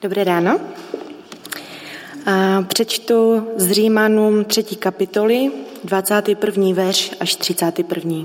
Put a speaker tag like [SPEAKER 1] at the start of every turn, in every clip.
[SPEAKER 1] Dobré ráno. Přečtu z Římanům 3. kapitoly, 21. verš až 31.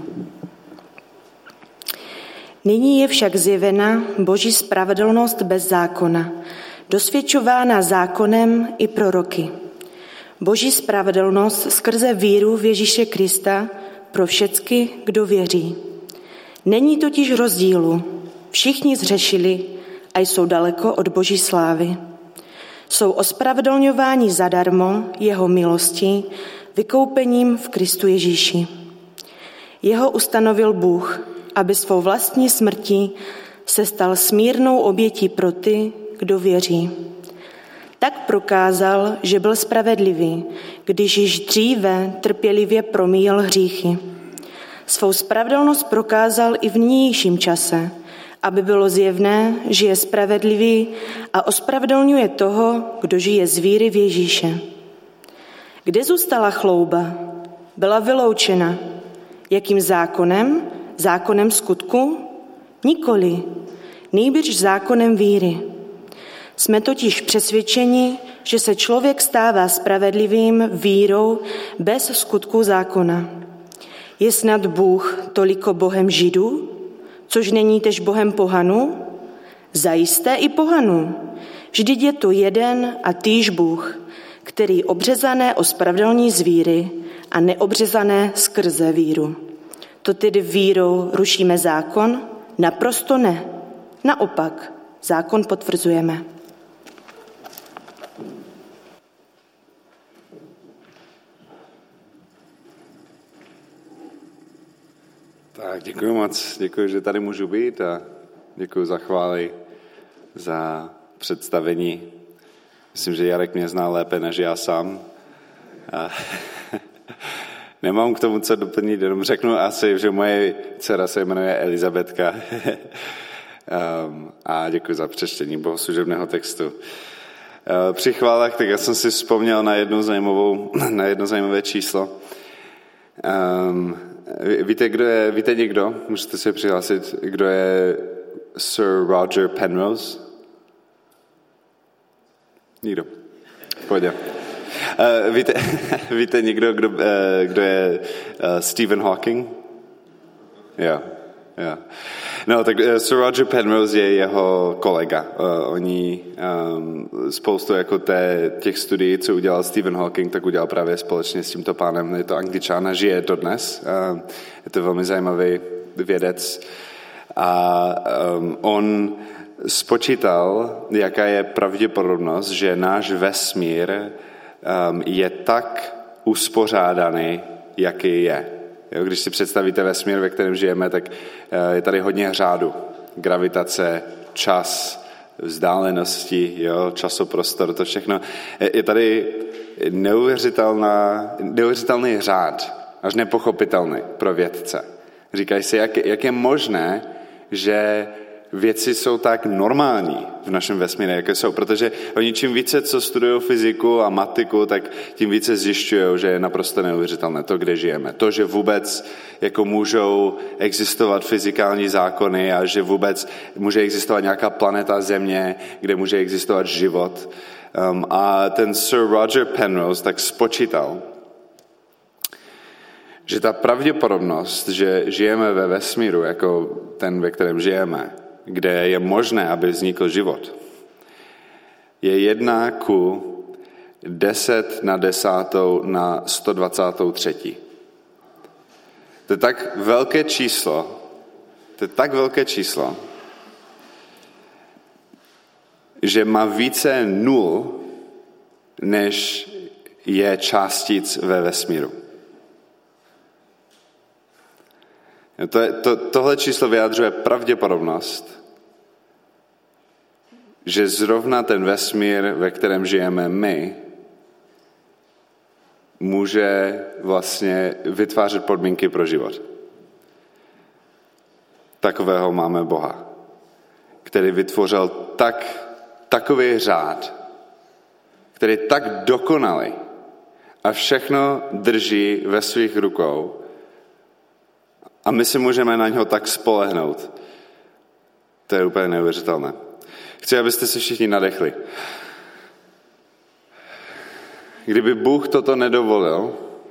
[SPEAKER 1] Nyní je však zjevena Boží spravedlnost bez zákona, dosvědčována zákonem i proroky. Boží spravedlnost skrze víru v Ježíše Krista pro všecky, kdo věří. Není totiž rozdílu. Všichni zřešili a jsou daleko od Boží slávy. Jsou ospravedlňováni zadarmo jeho milostí, vykoupením v Kristu Ježíši. Jeho ustanovil Bůh, aby svou vlastní smrtí se stal smírnou obětí pro ty, kdo věří. Tak prokázal, že byl spravedlivý, když již dříve trpělivě promíjel hříchy. Svou spravedlnost prokázal i v nynějším čase, aby bylo zjevné, že je spravedlivý a ospravedlňuje toho, kdo žije z víry v Ježíše. Kde zůstala chlouba? Byla vyloučena. Jakým zákonem? Zákonem skutku? Nikoli, nýbrž zákonem víry. Jsme totiž přesvědčeni, že se člověk stává spravedlivým vírou bez skutku zákona. Je snad Bůh toliko Bohem Židů, což není tež Bohem pohanů? Zajisté i pohanů. Vždyť je to jeden a týž Bůh, který obřezané ospravedlní z víry a neobřezané skrze víru. To tedy vírou rušíme zákon? Naprosto ne. Naopak, zákon potvrzujeme.
[SPEAKER 2] Tak, děkuji moc. Děkuji, že tady můžu být a děkuji za chvály, za představení. Myslím, že Jarek mě zná lépe než já sám. Nemám k tomu co doplnit, jenom řeknu asi, že moje dcera se jmenuje Elizabetka. A děkuji za přečtení bohoslužebného textu. Při chválách, tak já jsem si vzpomněl na jedno zajímavé číslo. Víte někdo? Můžete se přihlásit, kdo je Sir Roger Penrose? Nikdo. Pojďte. Víte někdo, kdo je Stephen Hawking? Jo. No, tak Sir Roger Penrose je jeho kolega. Oni spoustu jako těch studií, co udělal Stephen Hawking, tak udělal právě společně s tímto pánem. Je to Angličan a žije dodnes. Je to velmi zajímavý vědec. A on spočítal, jaká je pravděpodobnost, že náš vesmír je tak uspořádaný, jaký je. Jo, když si představíte vesmír, ve kterém žijeme, tak je tady hodně řádu. Gravitace, čas, vzdálenosti, jo, časoprostor, to všechno. Je tady neuvěřitelný řád, až nepochopitelný pro vědce. Říkají si, jak je možné, že věci jsou tak normální v našem vesmíru, jaké jsou, protože oni čím více, co studují fyziku a matiku, tak tím více zjišťují, že je naprosto neuvěřitelné to, kde žijeme. To, že vůbec jako můžou existovat fyzikální zákony a že vůbec může existovat nějaká planeta Země, kde může existovat život. A ten Sir Roger Penrose tak spočítal, že ta pravděpodobnost, že žijeme ve vesmíru, jako ten, ve kterém žijeme, kde je možné, aby vznikl život, je 1/10⁻⁻123. To je tak velké číslo, že má více nul, než je částic ve vesmíru. Tohle číslo vyjadřuje pravděpodobnost, že zrovna ten vesmír, ve kterém žijeme my, může vlastně vytvářet podmínky pro život. Takového máme Boha, který vytvořil takový řád, který je tak dokonalý a všechno drží ve svých rukou, a my si můžeme na něho tak spolehnout. To je úplně neuvěřitelné. Chci, abyste se všichni nadechli. Kdyby Bůh toto nedovolil,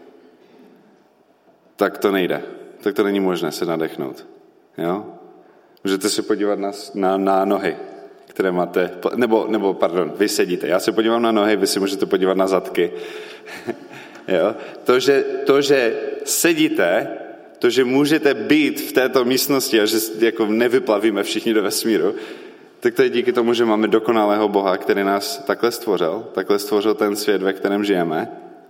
[SPEAKER 2] tak to nejde. Tak to není možné se nadechnout. Jo? Můžete se podívat na nohy, které máte, pardon, vy sedíte. Já se podívám na nohy, vy si můžete podívat na zadky. Jo? To, že sedíte, to, že můžete být v této místnosti a že jako nevyplavíme všichni do vesmíru, tak to je díky tomu, že máme dokonalého Boha, který nás takhle stvořil ten svět, ve kterém žijeme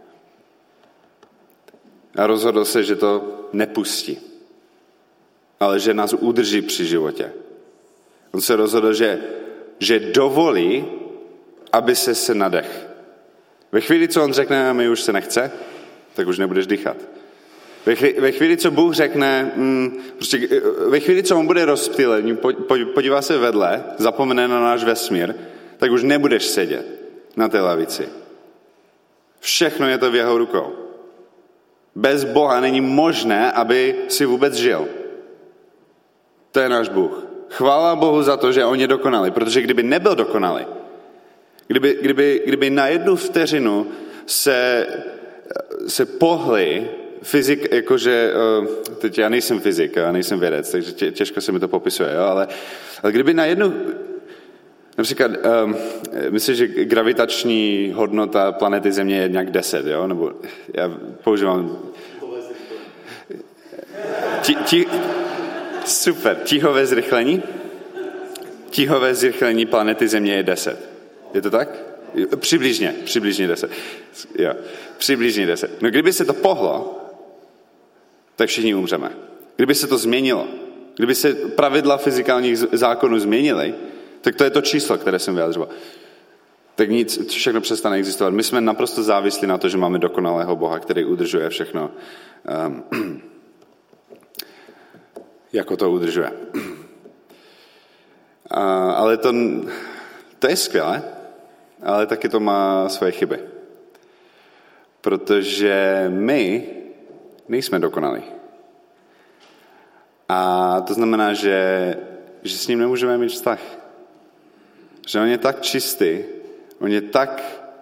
[SPEAKER 2] a rozhodl se, že to nepustí, ale že nás udrží při životě. On se rozhodl, že dovolí, aby se nadech. Ve chvíli, co on řekne, mi už se nechce, tak už nebudeš dýchat. Ve chvíli, co Bůh řekne, ve chvíli, co on bude rozptýlený, podívá se vedle, zapomene na náš vesmír, tak už nebudeš sedět na té lavici. Všechno je to v jeho rukou. Bez Boha není možné, aby si vůbec žil. To je náš Bůh. Chvála Bohu za to, že on je dokonalý, protože kdyby nebyl dokonalý, kdyby na jednu vteřinu se pohli fyzik, jakože, teď já nejsem fyzik, já nejsem vědec, takže těžko se mi to popisuje, jo, ale kdyby na jednu, například, myslím, že gravitační hodnota planety Země je nějak 10, jo, nebo já používám super, tíhové zrychlení? Tíhové zrychlení planety Země je 10. Je to tak? Přibližně 10. Jo, přibližně 10. No kdyby se to pohlo, tak všichni umřeme. Kdyby se to změnilo, kdyby se pravidla fyzikálních zákonů změnily, tak to je to číslo, které jsem vyjádřoval. Tak nic, všechno přestane existovat. My jsme naprosto závislí na to, že máme dokonalého Boha, který udržuje všechno, jako to udržuje. Ale to je skvělé, ale taky to má svoje chyby. Protože my nejsme dokonalí. A to znamená, že s ním nemůžeme mít vztah. Že on je tak čistý, on je tak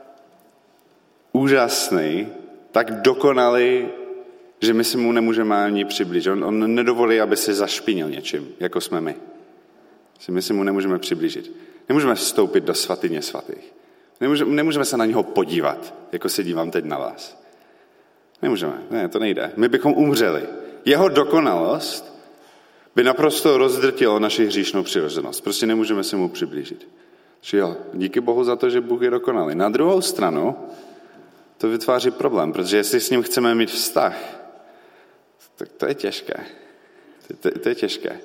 [SPEAKER 2] úžasný, tak dokonalý, že my se mu nemůžeme ani přiblížit. On nedovolí, aby se zašpinil něčím, jako jsme my. My se mu nemůžeme přiblížit. Nemůžeme vstoupit do svatyně svatých. Nemůžeme se na něho podívat, jako se dívám teď na vás. Nemůžeme, ne, to nejde. My bychom umřeli. Jeho dokonalost by naprosto rozdrtilo naši hříšnou přirozenost. Prostě nemůžeme se mu přiblížit. Či jo, díky Bohu za to, že Bůh je dokonalý. Na druhou stranu to vytváří problém, protože jestli s ním chceme mít vztah, tak to je těžké. To je těžké.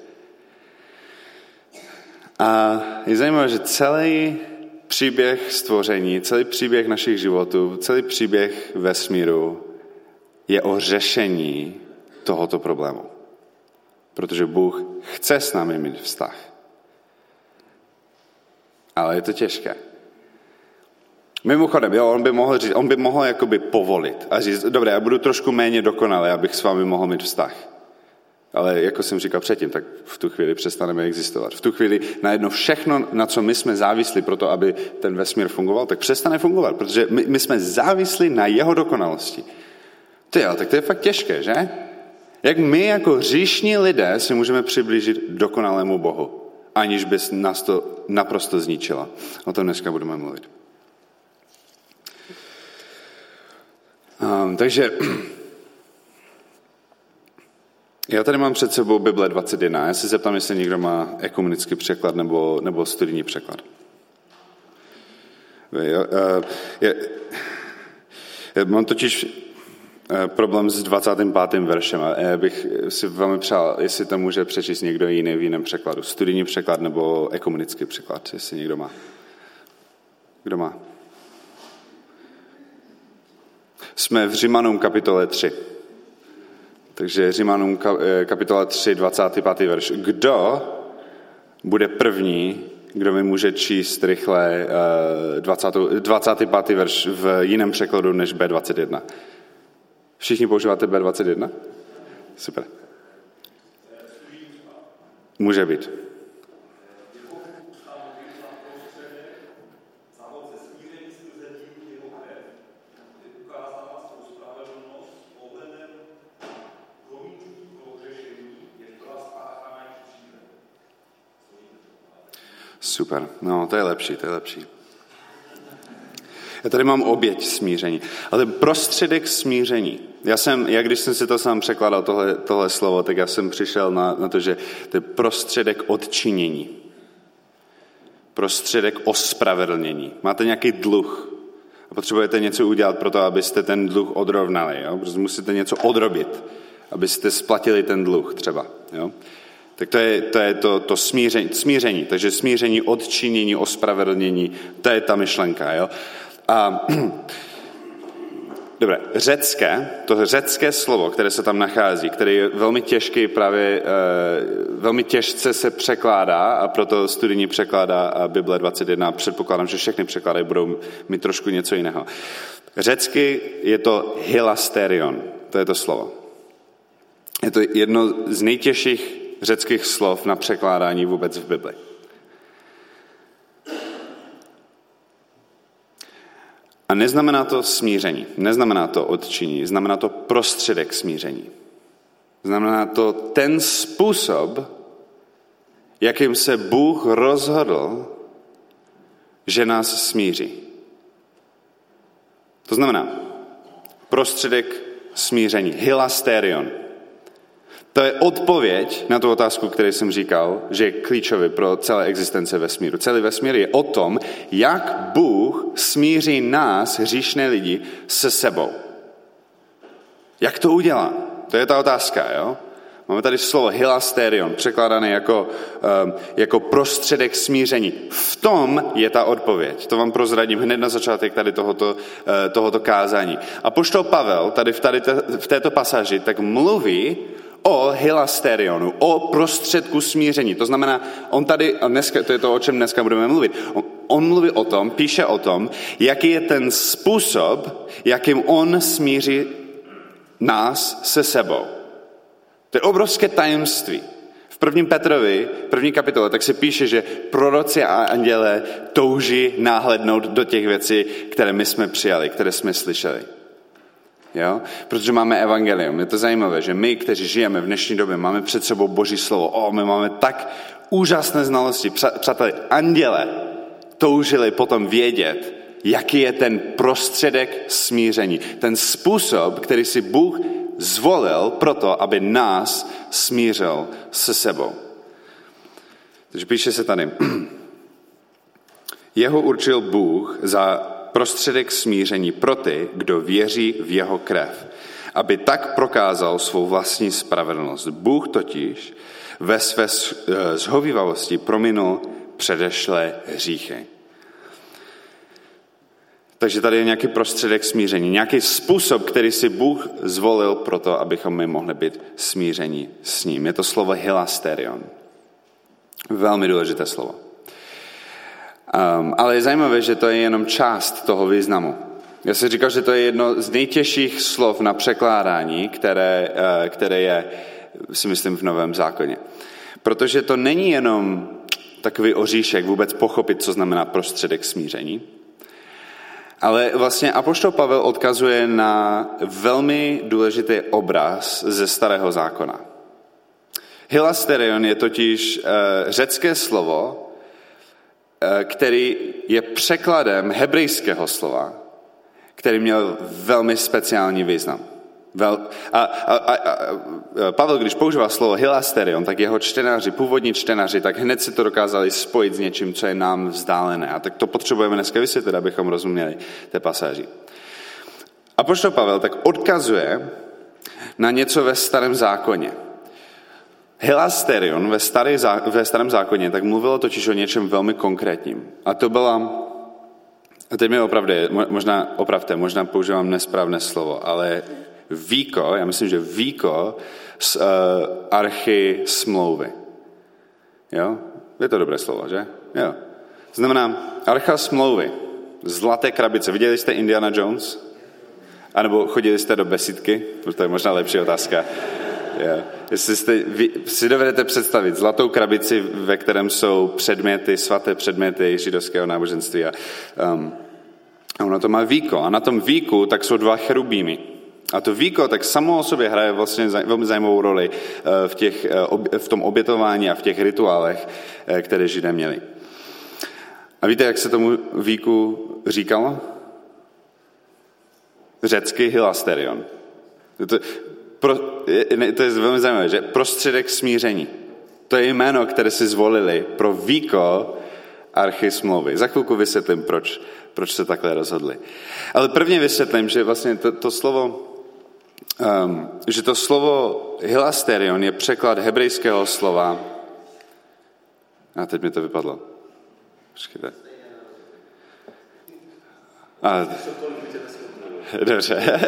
[SPEAKER 2] A je zajímavé, že celý příběh stvoření, celý příběh našich životů, celý příběh vesmíru je o řešení tohoto problému. Protože Bůh chce s námi mít vztah. Ale je to těžké. Mimochodem, jo, on by mohl jakoby povolit a říct, dobré, já budu trošku méně dokonalý, abych s vámi mohl mít vztah. Ale jako jsem říkal předtím, tak v tu chvíli přestaneme existovat. V tu chvíli najednou všechno, na co my jsme závislí pro to, aby ten vesmír fungoval, tak přestane fungovat, protože my jsme závislí na jeho dokonalosti. Tak to je fakt těžké, že? Jak my jako hříšní lidé si můžeme přiblížit dokonalému Bohu, aniž by nás to naprosto zničilo. O tom dneska budeme mluvit. Takže já tady mám před sebou Bible 21. Já se zeptám, jestli někdo má ekumenický překlad nebo studijní překlad. Mám totiž problém s 25. veršem. Já bych si velmi přál, jestli to může přečíst někdo jiný v jiném překladu. Studijní překlad nebo ekumenický překlad, jestli někdo má. Kdo má? Jsme v Římanům kapitole 3. Takže Římanům kapitola 3, 25. verš. Kdo bude první, kdo mi může číst rychle 25. verš v jiném překladu než B21? Všichni používáte B21? Super. Může být. Super, no to je lepší. Já tady mám oběť smíření, ale prostředek smíření. Když jsem si to sám překládal, tohle slovo, tak já jsem přišel na to, že to je prostředek odčinění. Prostředek ospravedlnění. Máte nějaký dluh a potřebujete něco udělat pro to, abyste ten dluh odrovnali. Jo? Protože musíte něco odrobit, abyste splatili ten dluh třeba. Jo? Tak to je to smíření. Takže smíření, odčinění, ospravedlnění, to je ta myšlenka. Jo? A dobré, řecké slovo, které se tam nachází, které je velmi těžké, velmi těžce se překládá a proto studijní překládá Bible 21. Předpokládám, že všechny překlády budou mít trošku něco jiného. Řecky je to hilasterion, to je to slovo. Je to jedno z nejtěžších řeckých slov na překládání vůbec v Bibli. A neznamená to smíření, neznamená to odčinění, znamená to prostředek smíření. Znamená to ten způsob, jakým se Bůh rozhodl, že nás smíří. To znamená prostředek smíření, hilasterion. To je odpověď na tu otázku, kterou jsem říkal, že je klíčový pro celé existence vesmíru. Celý vesmír je o tom, jak Bůh smíří nás, hříšné lidi, se sebou. Jak to udělá? To je ta otázka, jo? Máme tady slovo hilasterion, překládané jako prostředek smíření. V tom je ta odpověď. To vám prozradím hned na začátek tady tohoto kázání. Apoštol Pavel v této pasáži tak mluví o hilasterionu, o prostředku smíření. To znamená, on tady, a dneska, to je to, o čem dneska budeme mluvit, on mluví o tom, píše o tom, jaký je ten způsob, jakým on smíří nás se sebou. To je obrovské tajemství. V 1. Petrovi, 1. kapitole, tak se píše, že proroci a anděle touží náhlednout do těch věcí, které my jsme přijali, které jsme slyšeli. Jo? Protože máme evangelium. Je to zajímavé, že my, kteří žijeme v dnešní době, máme před sebou Boží slovo. My máme tak úžasné znalosti. Přátelé, anděle toužili potom vědět, jaký je ten prostředek smíření. Ten způsob, který si Bůh zvolil proto, aby nás smířil se sebou. Takže píše se tady. Jeho určil Bůh za prostředek smíření pro ty, kdo věří v jeho krev, aby tak prokázal svou vlastní spravedlnost. Bůh totiž ve své zhovívavosti prominul předešlé hříchy. Takže tady je nějaký prostředek smíření, nějaký způsob, který si Bůh zvolil pro to, abychom my mohli být smíření s ním. Je to slovo hilasterion. Velmi důležité slovo. Ale je zajímavé, že to je jenom část toho významu. Já jsem říkal, že to je jedno z nejtěžších slov na překládání, které je, si myslím, v Novém zákoně. Protože to není jenom takový oříšek vůbec pochopit, co znamená prostředek smíření, ale vlastně apoštol Pavel odkazuje na velmi důležitý obraz ze Starého zákona. Hilasterion je totiž řecké slovo, který je překladem hebrejského slova, který měl velmi speciální význam. Pavel, když používá slovo hilasterion, tak jeho původní čtenáři, tak hned si to dokázali spojit s něčím, co je nám vzdálené. A tak to potřebujeme dneska vysvětlit, abychom rozuměli té pasáži. Apoštol Pavel tak odkazuje na něco ve Starém zákoně. Hilasterion ve Starém zákoně tak mluvilo totiž o něčem velmi konkrétním. A to byla, a teď mě možná používám nesprávné slovo, ale víko, já myslím, že víko z archy smlouvy. Jo? Je to dobré slovo, že? Jo. Znamená archa smlouvy, zlaté krabice. Viděli jste Indiana Jones? A nebo chodili jste do besídky? To je možná lepší otázka. Yeah. Jestli si dovedete představit zlatou krabici, ve kterém jsou předměty, svaté předměty židovského náboženství. A ono to má víko. A na tom víku tak jsou 2 cherubímy. A to víko tak samo o sobě hraje vlastně velmi zajímavou roli v tom obětování a v těch rituálech, které Židé měli. A víte, jak se tomu víku říkalo? Řecky hilasterion. To je velmi zajímavé, že prostředek smíření. To je jméno, které si zvolili pro víko archy smlouvy. Za chvilku vysvětlím, proč se takhle rozhodli. Ale prvně vysvětlím, že vlastně to slovo hilasterion je překlad hebrejského slova. A teď mi to vypadlo. Počkejte. Dobře.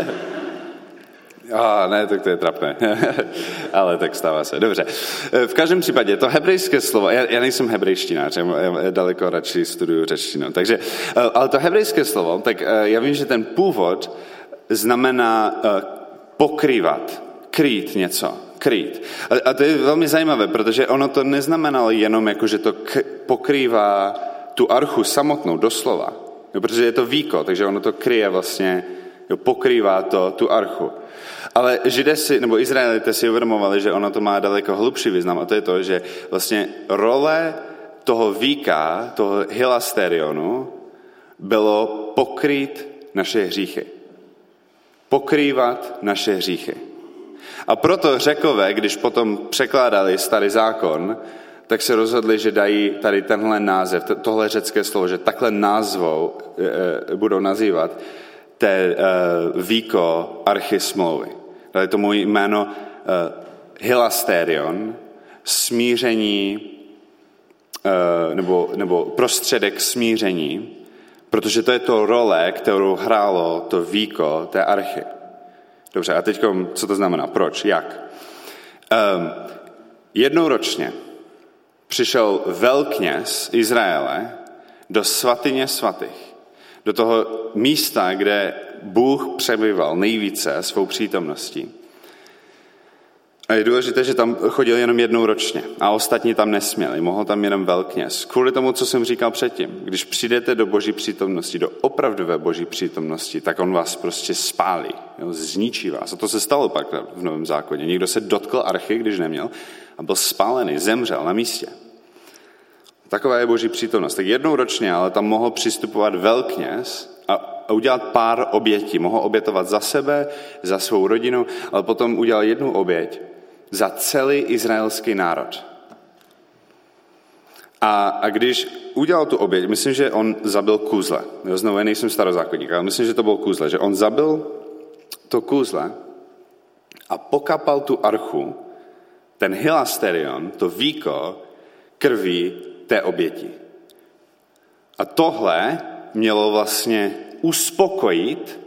[SPEAKER 2] Ne, tak to je trapné. Ale tak stává se. Dobře. V každém případě to hebrejské slovo, já nejsem hebrejštinář, já daleko radši studuju řečtinu. Takže, ale to hebrejské slovo, tak já vím, že ten původ znamená pokrývat, krýt něco, krýt. A to je velmi zajímavé, protože ono to neznamenalo jenom jako, že to pokrývá tu archu samotnou, doslova. Protože je to víko, takže ono to kryje vlastně, pokrývá to tu archu. Ale Židé nebo Izraelité si uvědomovali, že ono to má daleko hlubší význam, a to je to, že vlastně role toho víka, toho hilasterionu, bylo pokrýt naše hříchy. Pokrývat naše hříchy. A proto Řekové, když potom překládali Starý zákon, tak se rozhodli, že dají tady tenhle název, tohle řecké slovo, že takhle názvou budou nazývat té víko archy smlouvy. Dali tomu jméno hilasterion, smíření nebo prostředek smíření, protože to je to role, kterou hrálo to víko té archy. Dobře, a teď co to znamená? Proč? Jak? Jednou ročně přišel velkněz Izraele do svatyně svatých, do toho místa, kde Bůh přebýval nejvíce svou přítomností. A je důležité, že tam chodil jenom jednou ročně a ostatní tam nesměli, mohl tam jenom velkněz. Kvůli tomu, co jsem říkal předtím, když přijdete do Boží přítomnosti, do opravdové Boží přítomnosti, tak on vás prostě spálí, zničí vás. A to se stalo pak v Novém zákoně. Někdo se dotkl archy, když neměl, a byl spálený, zemřel na místě. Taková je Boží přítomnost. Tak jednou ročně, ale tam mohl přistupovat velkněz a udělat pár obětí. Mohl obětovat za sebe, za svou rodinu, ale potom udělal jednu oběť za celý izraelský národ. A když udělal tu oběť, myslím, že on zabil kůzle. Znovu, já nejsem starozákonník, ale myslím, že to byl kůzle. Že on zabil to kůzle a pokapal tu archu, ten hilasterion, to víko, krví té oběti. A tohle mělo vlastně uspokojit,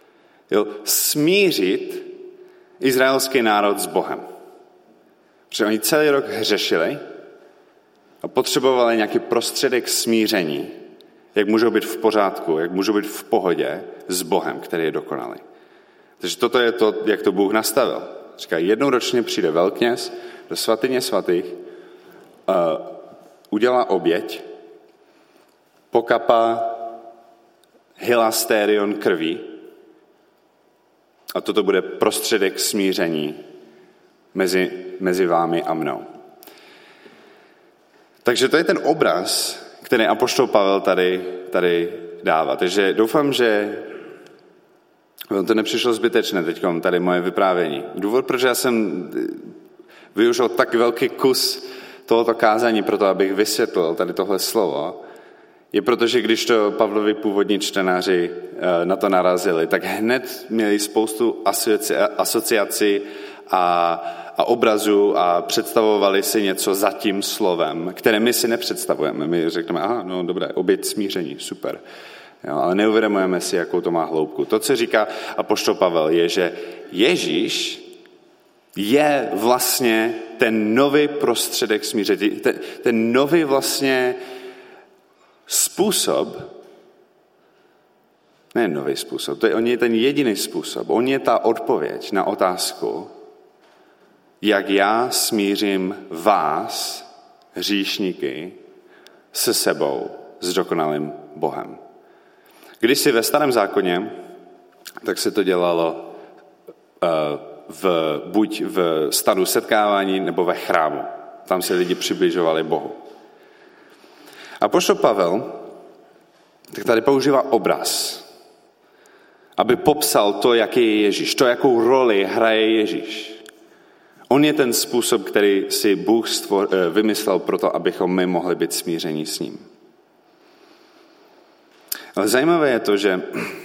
[SPEAKER 2] smířit izraelský národ s Bohem. Protože oni celý rok hřešili a potřebovali nějaký prostředek smíření, jak můžou být v pořádku, jak můžou být v pohodě s Bohem, který je dokonalý. Takže toto je to, jak to Bůh nastavil. Říká, jednou ročně přijde velkněz do svatyně svatých, udělá oběť, pokapá hilasterion krví a toto bude prostředek smíření mezi vámi a mnou. Takže to je ten obraz, který apoštol Pavel tady dává. Takže doufám, že to nepřišlo zbytečné teď tady moje vyprávění. Důvod, proč já jsem využil tak velký kus tohoto kázání pro to, abych vysvětlil tady tohle slovo, je proto, že když to Pavlovi původní čtenáři na to narazili, tak hned měli spoustu asociací a obrazů a představovali si něco za tím slovem, které my si nepředstavujeme. My řekneme, aha, no dobré, oběť smíření, super. Jo, ale neuvědomujeme si, jakou to má hloubku. To, co říká apoštol Pavel, je, že Ježíš je vlastně ten nový prostředek smíření, ten nový vlastně způsob, ne nový způsob, on je ten jediný způsob, on je ta odpověď na otázku, jak já smířím vás, hříšníky, se sebou, s dokonalým Bohem. Když si ve Starém zákoně, tak se to dělalo buď v stanu setkávání, nebo ve chrámu. Tam se lidi přibližovali Bohu. Apoštol Pavel tak tady používá obraz, aby popsal to, jaký je Ježíš, to, jakou roli hraje Ježíš. On je ten způsob, který si Bůh vymyslel proto, abychom my mohli být smíření s ním. Ale zajímavé je to, že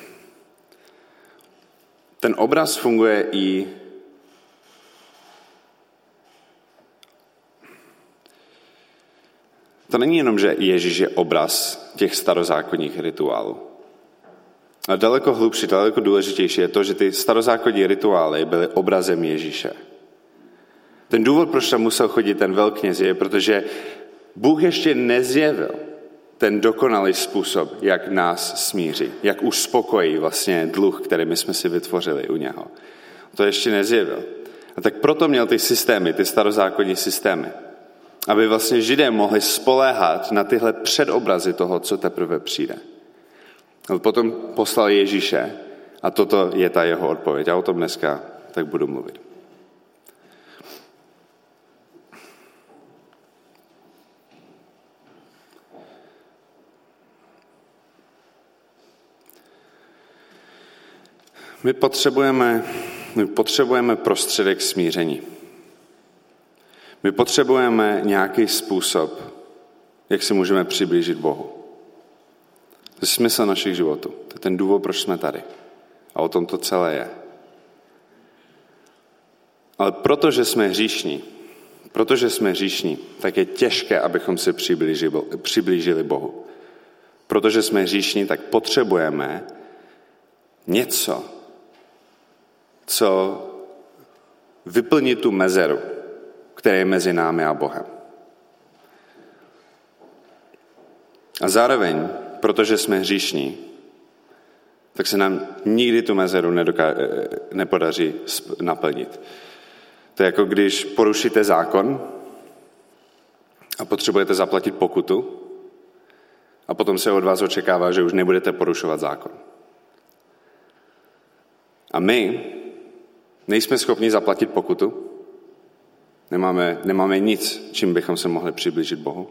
[SPEAKER 2] ten obraz funguje i to není jenom, že Ježíš je obraz těch starozákonních rituálů. A daleko hlubší, daleko důležitější je to, že ty starozákonní rituály byly obrazem Ježíše. Ten důvod, proč tam musel chodit ten velkněz, je, protože Bůh ještě nezjevil ten dokonalý způsob, jak nás smíří, jak uspokojí vlastně dluh, který my jsme si vytvořili u něho. To ještě nezjevil. A tak proto měl ty systémy, ty starozákonní systémy, aby vlastně Židé mohli spoléhat na tyhle předobrazy toho, co teprve přijde. A potom poslal Ježíše a toto je ta jeho odpověď. Já o tom dneska tak budu mluvit. My potřebujeme prostředek smíření. My potřebujeme nějaký způsob, jak se můžeme přiblížit Bohu. To je smysl našich životů. To je ten důvod, proč jsme tady. A o tom to celé je. Ale protože jsme hříšní, tak je těžké, abychom se přiblížili Bohu. Protože jsme hříšní, tak potřebujeme něco, co vyplní tu mezeru, která je mezi námi a Bohem. A zároveň, protože jsme hříšní, tak se nám nikdy tu mezeru nepodaří naplnit. To je jako když porušíte zákon a potřebujete zaplatit pokutu a potom se od vás očekává, že už nebudete porušovat zákon. A my nejsme schopni zaplatit pokutu, nemáme nic, čím bychom se mohli přiblížit Bohu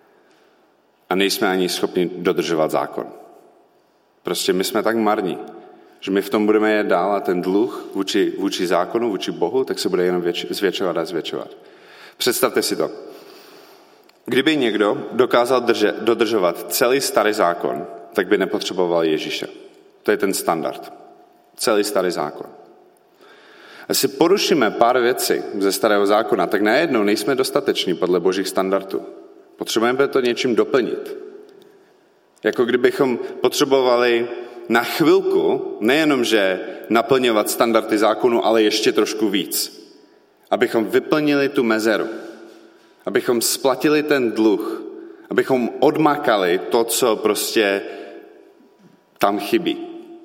[SPEAKER 2] a nejsme ani schopni dodržovat zákon. Prostě my jsme tak marní, že my v tom budeme jet dál a ten dluh vůči zákonu, vůči Bohu, tak se bude jenom zvětšovat a zvětšovat. Představte si to. Kdyby někdo dokázal dodržovat celý starý zákon, tak by nepotřeboval Ježíše. To je ten standard. Celý starý zákon. Jestli porušíme pár věcí ze starého zákona, tak najednou nejsme dostateční podle božích standardů. Potřebujeme to něčím doplnit. Jako kdybychom potřebovali na chvilku nejenom, že naplňovat standardy zákonu, ale ještě trošku víc. Abychom vyplnili tu mezeru. Abychom splatili ten dluh. Abychom odmakali to, co prostě tam chybí.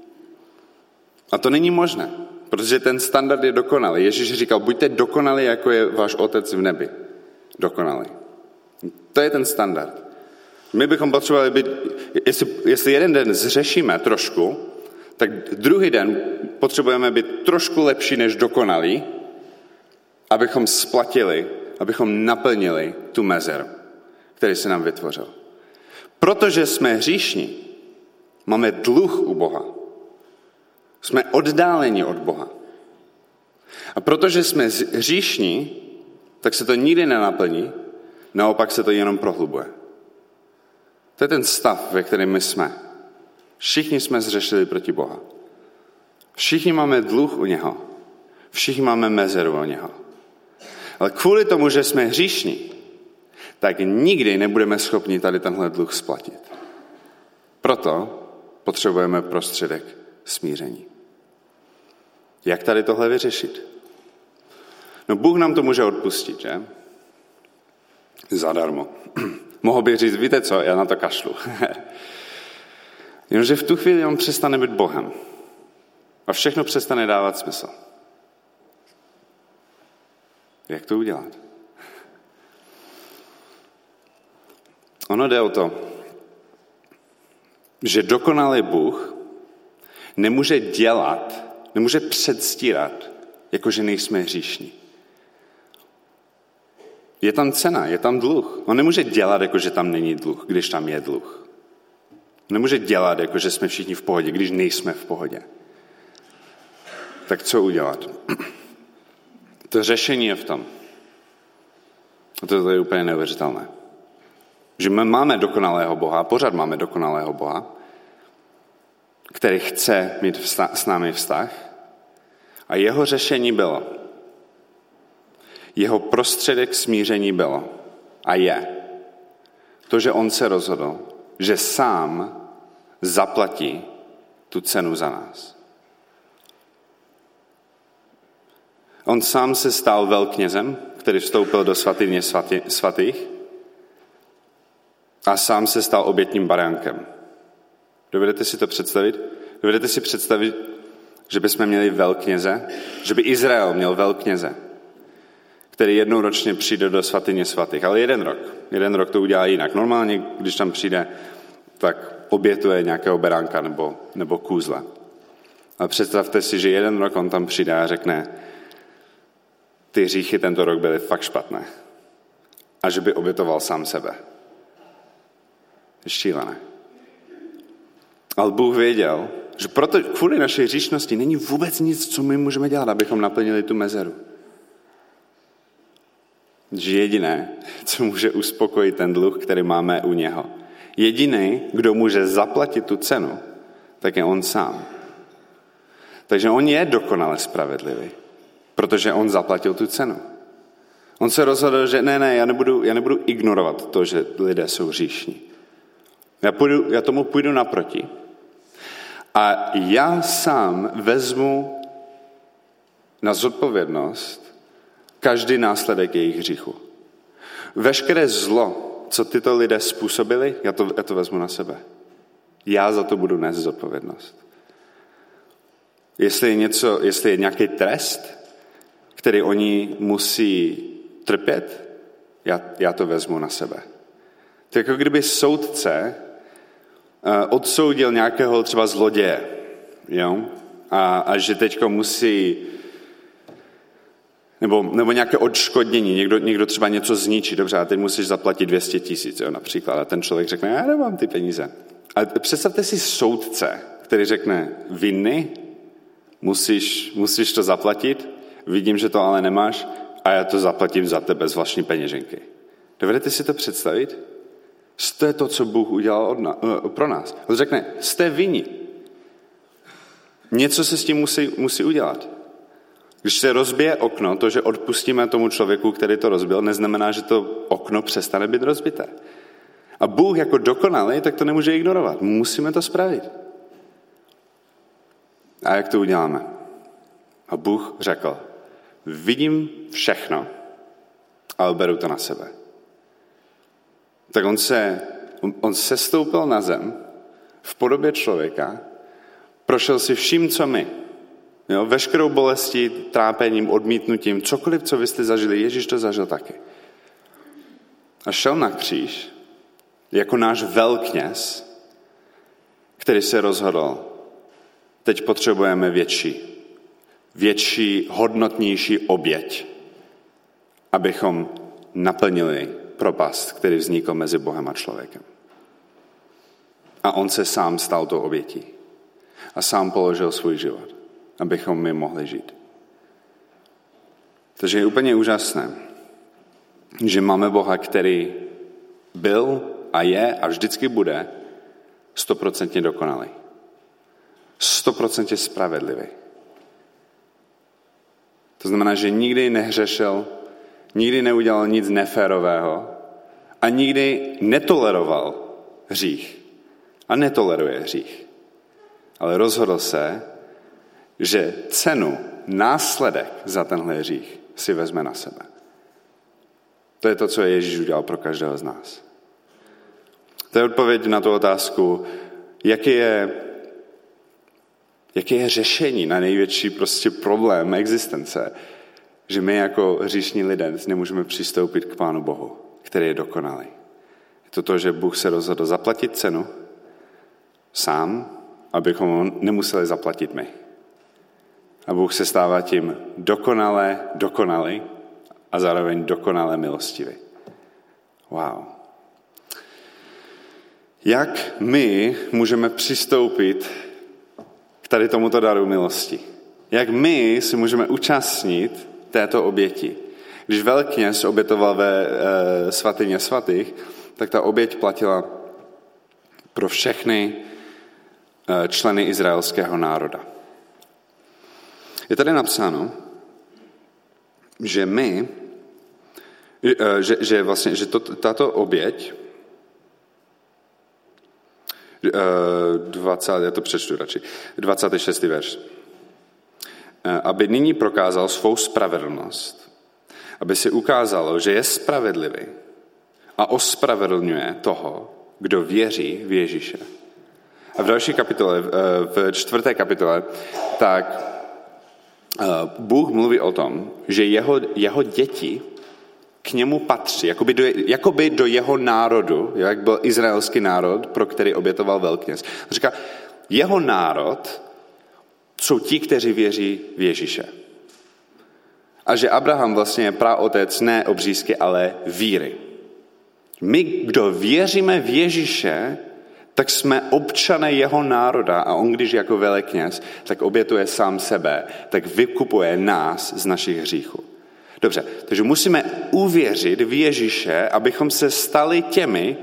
[SPEAKER 2] A to není možné, protože ten standard je dokonalý. Ježíš říkal, buďte dokonalí, jako je váš otec v nebi. Dokonalý. To je ten standard. My bychom potřebovali být, jestli jeden den zřešíme trošku, tak druhý den potřebujeme být trošku lepší než dokonalí, abychom splatili, abychom naplnili tu mezeru, který se nám vytvořil. Protože jsme hříšní, máme dluh u Boha. Jsme oddáleni od Boha. A protože jsme hříšní, tak se to nikdy nenaplní, naopak se to jenom prohlubuje. To je ten stav, ve kterém my jsme. Všichni jsme zřešili proti Boha. Všichni máme dluh u něho. Všichni máme mezeru u něho. Ale kvůli tomu, že jsme hříšní, tak nikdy nebudeme schopni tady tenhle dluh splatit. Proto potřebujeme prostředek smíření. Jak tady tohle vyřešit? No Bůh nám to může odpustit, že? Zadarmo. Mohl bych říct, víte co, já na to kašlu. Jenomže v tu chvíli on přestane být Bohem. A všechno přestane dávat smysl. Jak to udělat? Ono jde o to, že dokonalý Bůh nemůže předstírat, jakože nejsme hříšní. Je tam cena, je tam dluh. On nemůže dělat, jakože tam není dluh, když tam je dluh. Nemůže dělat, jako že jsme všichni v pohodě, když nejsme v pohodě. Tak co udělat? To řešení je v tom. A to je úplně neuvěřitelné. Že my máme dokonalého Boha, pořád máme dokonalého Boha, který chce mít s námi vztah. A jeho řešení bylo. Jeho prostředek smíření bylo. A je. To, že on se rozhodl, že sám zaplatí tu cenu za nás. On sám se stal velknězem, který vstoupil do svatyně svatých a sám se stal obětním baránkem. Dovedete si to představit? Dovedete si představit, že bychom měli velkněze, že by Izrael měl velkněze, který jednou ročně přijde do svatyně svatých, ale jeden rok to udělá jinak. Normálně, když tam přijde, tak obětuje nějakého beránka nebo kůzla. Ale představte si, že jeden rok on tam přijde a řekne, ty hříchy tento rok byly fakt špatné. A že by obětoval sám sebe. Je šílené. Ale Bůh věděl, že proto kvůli naší hříšnosti není vůbec nic, co my můžeme dělat, abychom naplnili tu mezeru. Že jediné, co může uspokojit ten dluh, který máme u něho. Jediný, kdo může zaplatit tu cenu, tak je on sám. Takže on je dokonale spravedlivý, protože on zaplatil tu cenu. On se rozhodl, že ne, já nebudu ignorovat to, že lidé jsou hříšní. Já tomu půjdu naproti. A já sám vezmu na zodpovědnost každý následek jejich hříchu. Veškeré zlo, co tyto lidé způsobili, já to vezmu na sebe. Já za to budu nést zodpovědnost. Jestli je nějaký trest, který oni musí trpět, já to vezmu na sebe. To jako kdyby soudce odsoudil nějakého třeba zloděje, jo? A že teďko musí, nebo nějaké odškodnění, někdo třeba něco zničí, dobře, a teď musíš zaplatit 200 000, jo, například, a ten člověk řekne, já nemám ty peníze. A představte si soudce, který řekne, vinný, musíš to zaplatit, vidím, že to ale nemáš, a já to zaplatím za tebe z vlastní peněženky. Dovedete si to představit? To je to, co Bůh udělal pro nás. On řekne, jste vinni. Něco se s tím musí udělat. Když se rozbije okno, to, že odpustíme tomu člověku, který to rozbil, neznamená, že to okno přestane být rozbité. A Bůh jako dokonalý, tak to nemůže ignorovat. Musíme to spravit. A jak to uděláme? A Bůh řekl, vidím všechno, ale beru to na sebe. Tak on sestoupil na zem v podobě člověka, prošel si vším, co my. Jo, veškerou bolestí, trápením, odmítnutím, cokoliv, co vy jste zažili, Ježíš to zažil taky. A šel na kříž jako náš velkněz, který se rozhodl, teď potřebujeme větší, hodnotnější oběť, abychom naplnili propast, který vznikl mezi Bohem a člověkem. A on se sám stal tou obětí. A sám položil svůj život, abychom my mohli žít. Takže je úplně úžasné, že máme Boha, který byl a je a vždycky bude 100% dokonalý. 100% spravedlivý. To znamená, že nikdy nehřešil, nikdy neudělal nic neférového a nikdy netoleroval hřích. A netoleruje hřích. Ale rozhodl se, že cenu, následek za tenhle hřích si vezme na sebe. To je to, co Ježíš udělal pro každého z nás. To je odpověď na tu otázku, jaké je řešení na největší prostě problém existence, že my jako hříšní lidé nemůžeme přistoupit k Pánu Bohu, který je dokonalý. Je to, že Bůh se rozhodl zaplatit cenu sám, abychom ho nemuseli zaplatit my. A Bůh se stává tím dokonalý a zároveň dokonale milostivý. Wow. Jak my můžeme přistoupit k tady tomuto daru milosti? Jak my si můžeme účastnit této oběti? Když velkněz obětoval ve svatyně svatých, tak ta oběť platila pro všechny členy izraelského národa. Je tady napsáno, že tato oběť, 26. verš, aby nyní prokázal svou spravedlnost, aby si ukázalo, že je spravedlivý a ospravedlňuje toho, kdo věří v Ježíše. A v další kapitole, v 4. kapitole, tak Bůh mluví o tom, že jeho děti k němu patří, jakoby do jeho národu, jak byl izraelský národ, pro který obětoval velkněz. Říká, jeho národ jsou ti, kteří věří v Ježíše. A že Abraham vlastně je praotec ne obřízky, ale víry. My, kdo věříme v Ježíše, tak jsme občané jeho národa a on, když jako velekněz, tak obětuje sám sebe, tak vykupuje nás z našich hříchů. Dobře, takže musíme uvěřit v Ježíše, abychom se stali těmi,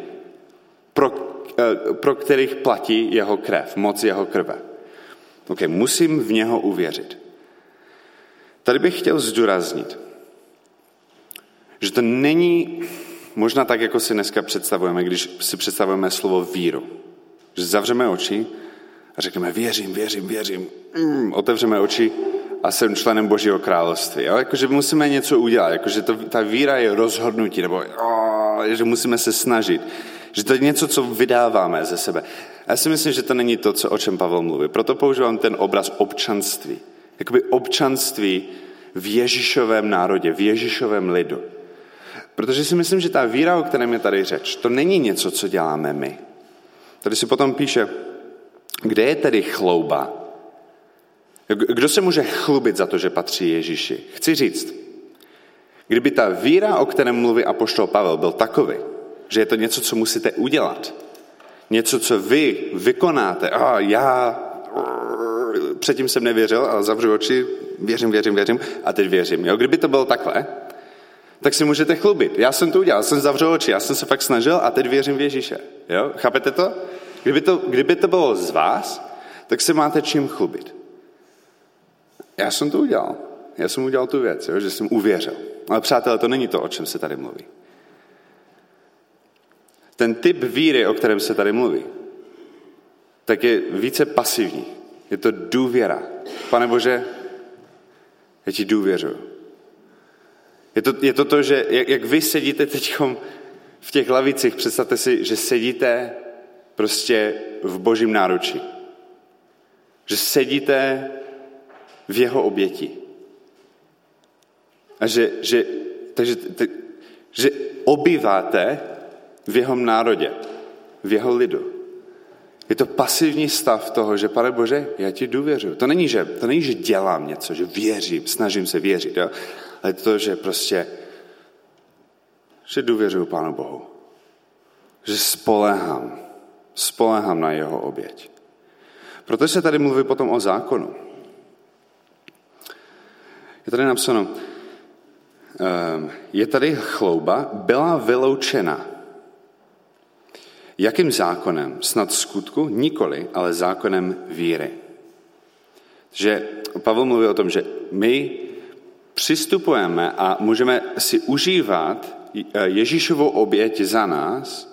[SPEAKER 2] pro kterých platí jeho krev, moc jeho krve. Okay, musím v něho uvěřit. Tady bych chtěl zdůraznit, že to není možná tak, jako si dneska představujeme, když si představujeme slovo víru. Že zavřeme oči a řekneme věřím. Otevřeme oči a jsem členem Božího království. Jo? Jakože musíme něco udělat, jakože ta víra je rozhodnutí, nebo že musíme se snažit. Že to je něco, co vydáváme ze sebe. A já si myslím, že to není to, o čem Pavel mluví. Proto používám ten obraz občanství. Jakoby občanství v Ježíšovém národě, v Ježíšovém lidu. Protože si myslím, že ta víra, o kterém je tady řeč, to není něco, co děláme my. Tady si potom píše, kde je tedy chlouba? Kdo se může chlubit za to, že patří Ježíši? Chci říct, kdyby ta víra, o kterém mluví apoštol Pavel, byl takový, že je to něco, co musíte udělat, něco, co vy vykonáte, já předtím jsem nevěřil, ale zavřu oči, věřím a teď věřím. Jo? Kdyby to bylo takhle, tak si můžete chlubit. Já jsem to udělal, jsem zavřel oči, já jsem se fakt snažil a teď věřím v Ježíše. Jo? Chápete to? Kdyby to bylo z vás, tak se máte čím chlubit. Já jsem to udělal. Já jsem udělal tu věc, jo? Že jsem uvěřil. Ale přátelé, to není to, o čem se tady mluví. Ten typ víry, o kterém se tady mluví, tak je více pasivní. Je to důvěra. Pane Bože, já ti důvěřuju. Je to, že jak vy sedíte teďkom v těch lavicích, představte si, že sedíte prostě v Božím náručí. Že sedíte v jeho oběti. A že obýváte v jeho národě, v jeho lidu. Je to pasivní stav toho, že Pane Bože, já ti důvěřuju. To není, že dělám něco, že věřím, snažím se věřit, jo? Ale to, že prostě, že důvěřuju Pánu Bohu. Že spoléhám na jeho oběť. Protože se tady mluví potom o zákonu. Je tady napsáno, je tady chlouba, byla vyloučena. Jakým zákonem? Snad skutku? Nikoli, ale zákonem víry. Že Pavel mluví o tom, že my přistupujeme a můžeme si užívat Ježíšovou oběť za nás,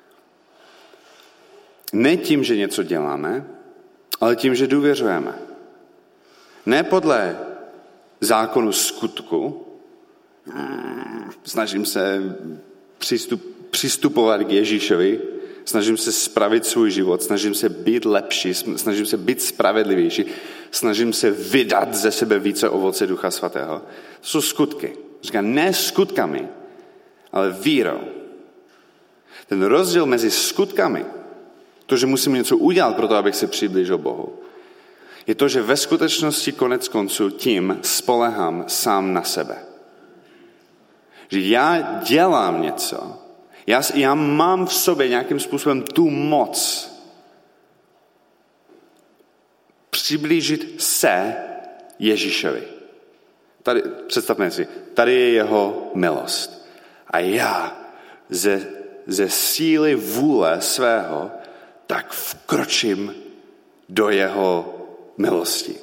[SPEAKER 2] ne tím, že něco děláme, ale tím, že důvěřujeme. Ne podle zákonu skutku, snažím se přistupovat k Ježíšovi, snažím se spravit svůj život, snažím se být lepší, snažím se být spravedlivější, snažím se vydat ze sebe více ovoce Ducha Svatého. To jsou skutky. Říká, ne skutkami, ale vírou. Ten rozdíl mezi skutkami, to, že musím něco udělat pro to, abych se přiblížil Bohu, je to, že ve skutečnosti konec konců tím spolehám sám na sebe. Že já dělám něco, Já mám v sobě nějakým způsobem tu moc přiblížit se Ježíšovi. Tady, představme si, tady je jeho milost. A já ze síly vůle svého tak vkročím do jeho milosti.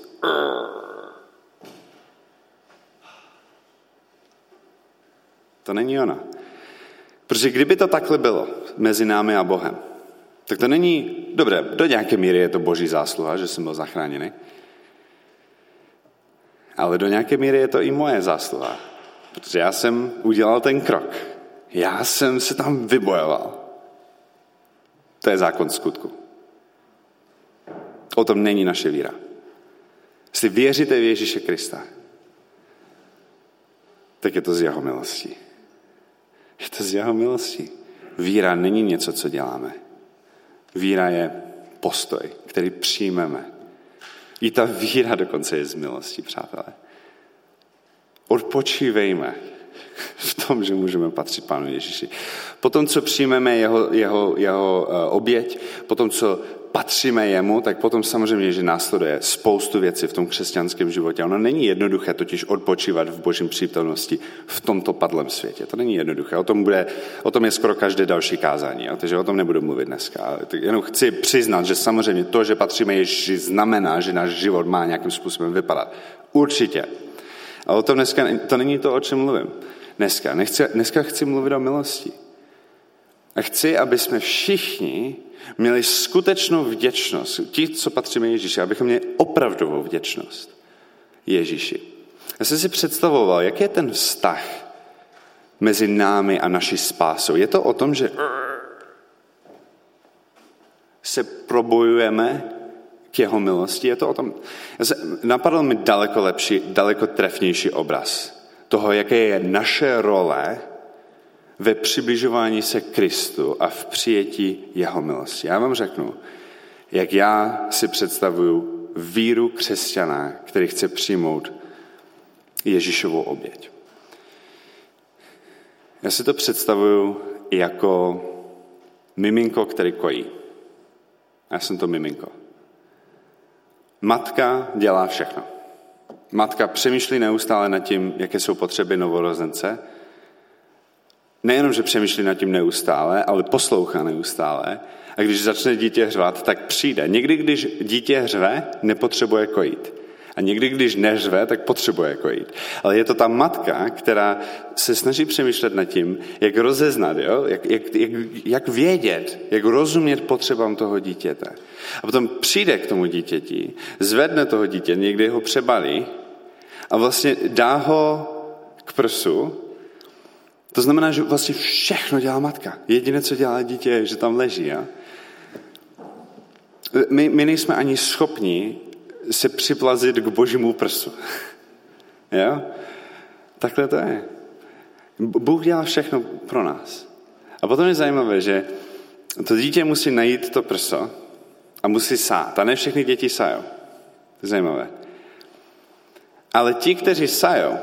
[SPEAKER 2] To není ona. Protože kdyby to takhle bylo mezi námi a Bohem, tak to není, dobré, do nějaké míry je to boží zásluha, že jsem byl zachráněný, ale do nějaké míry je to i moje zásluha, protože já jsem udělal ten krok. Já jsem se tam vybojoval. To je zákon skutku. O tom není naše víra. Jestli věříte v Ježíše Krista, tak je to z jeho milosti. Je to z jeho milosti. Víra není něco, co děláme. Víra je postoj, který přijmeme. I ta víra dokonce je z milosti, přátelé. Odpočívejme v tom, že můžeme patřit Pánu Ježíši. Potom, co přijmeme jeho oběť, potom, co patříme jemu, tak potom samozřejmě, že následuje spoustu věcí v tom křesťanském životě. Ono není jednoduché totiž odpočívat v božím přítomnosti v tomto padlém světě. To není jednoduché. O tom je skoro každé další kázání, jo? Takže o tom nebudu mluvit dneska. Ale jenom chci přiznat, že samozřejmě to, že patříme Ježíši, znamená, že náš život má nějakým způsobem vypadat. Určitě. Ale o tom dneska, to není to, o čem mluvím. Dneska chci mluvit o milosti. A chci, aby jsme všichni měli skutečnou vděčnost. Ti, co patříme Ježíši, abychom měli opravdovou vděčnost Ježíši. Já jsem si představoval, jak je ten vztah mezi námi a naší spásou. Je to o tom, že se probojujeme k jeho milosti. Je to o tom, napadl mi daleko lepší, daleko trefnější obraz toho, jaké je naše role ve přibližování se Kristu a v přijetí jeho milosti. Já vám řeknu, jak já si představuju víru křesťana, který chce přijmout Ježíšovou oběť. Já si to představuju jako miminko, který kojí. Já jsem to miminko. Matka dělá všechno. Matka přemýšlí neustále nad tím, jaké jsou potřeby novorozence. Nejenom, že přemýšlí nad tím neustále, ale poslouchá neustále. A když začne dítě hřvat, tak přijde. Někdy, když dítě hřve, nepotřebuje kojit. A někdy, když neřve, tak potřebuje kojit. Ale je to ta matka, která se snaží přemýšlet nad tím, jak rozeznat, jo? Jak vědět, jak rozumět potřebám toho dítěte. A potom přijde k tomu dítěti, zvedne toho dítě, někdy ho přebalí a vlastně dá ho k prsu. To znamená, že vlastně všechno dělá matka. Jediné, co dělá dítě, je, že tam leží. Ja? My nejsme ani schopni se připlazit k božímu prsu. Jo? Takhle to je. Bůh dělá všechno pro nás. A potom je zajímavé, že to dítě musí najít to prso a musí sát. A ne všechny děti sajou. To je zajímavé. Ale ti, kteří sajou,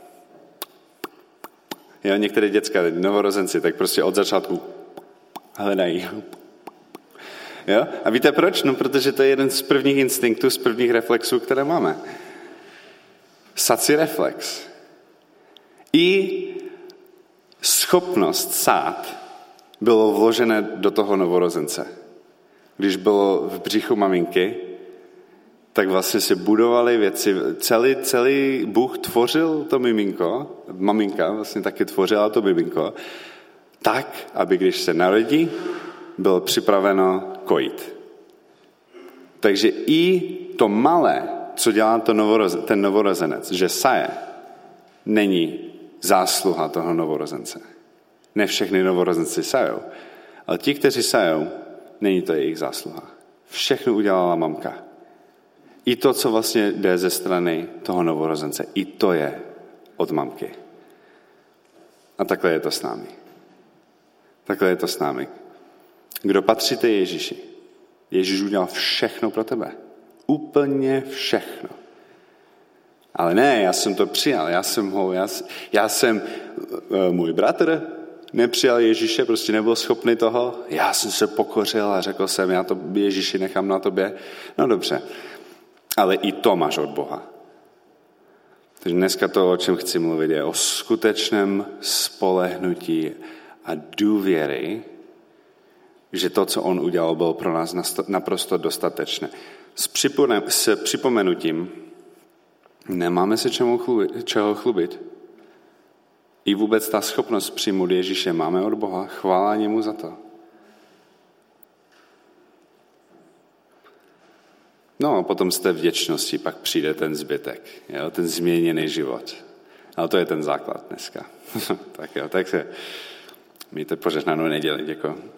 [SPEAKER 2] jo, některé děcka, novorozenci, tak prostě od začátku hledají. Jo? A víte proč? No, protože to je jeden z prvních instinktů, z prvních reflexů, které máme. Sací reflex. I schopnost sát bylo vložené do toho novorozence. Když bylo v břichu maminky, tak vlastně se budovaly věci. Celý Bůh tvořil to miminko, maminka vlastně taky tvořila to miminko, tak, aby když se narodí, bylo připraveno kojit. Takže i to malé, co dělá ten novorozenec, že saje, není zásluha toho novorozence. Ne všechny novorozenci sajou, ale ti, kteří sajou, není to jejich zásluha. Všechno udělala mamka. I to, co vlastně jde ze strany toho novorozence, i to je od mamky. A takhle je to s námi. Takhle je to s námi. Kdo patříte Ježíši? Ježíš udělal všechno pro tebe. Úplně všechno. Ale ne, já jsem to přijal. Já jsem můj bratr, nepřijal Ježíše, prostě nebyl schopný toho. Já jsem se pokořil a řekl jsem, já to Ježíši nechám na tobě. No dobře, ale i to máš od Boha. Takže dneska to, o čem chci mluvit, je o skutečném spolehnutí a důvěry, že to, co on udělal, bylo pro nás naprosto dostatečné. S připomenutím nemáme se čeho chlubit. I vůbec ta schopnost přijmout Ježíše máme od Boha. Chvála němu za to. No a potom z té vděčnosti pak přijde ten zbytek, jo? Ten změněný život. Ale to je ten základ dneska. Tak jo, tak se mějte požehnanou neděli. Děkuji.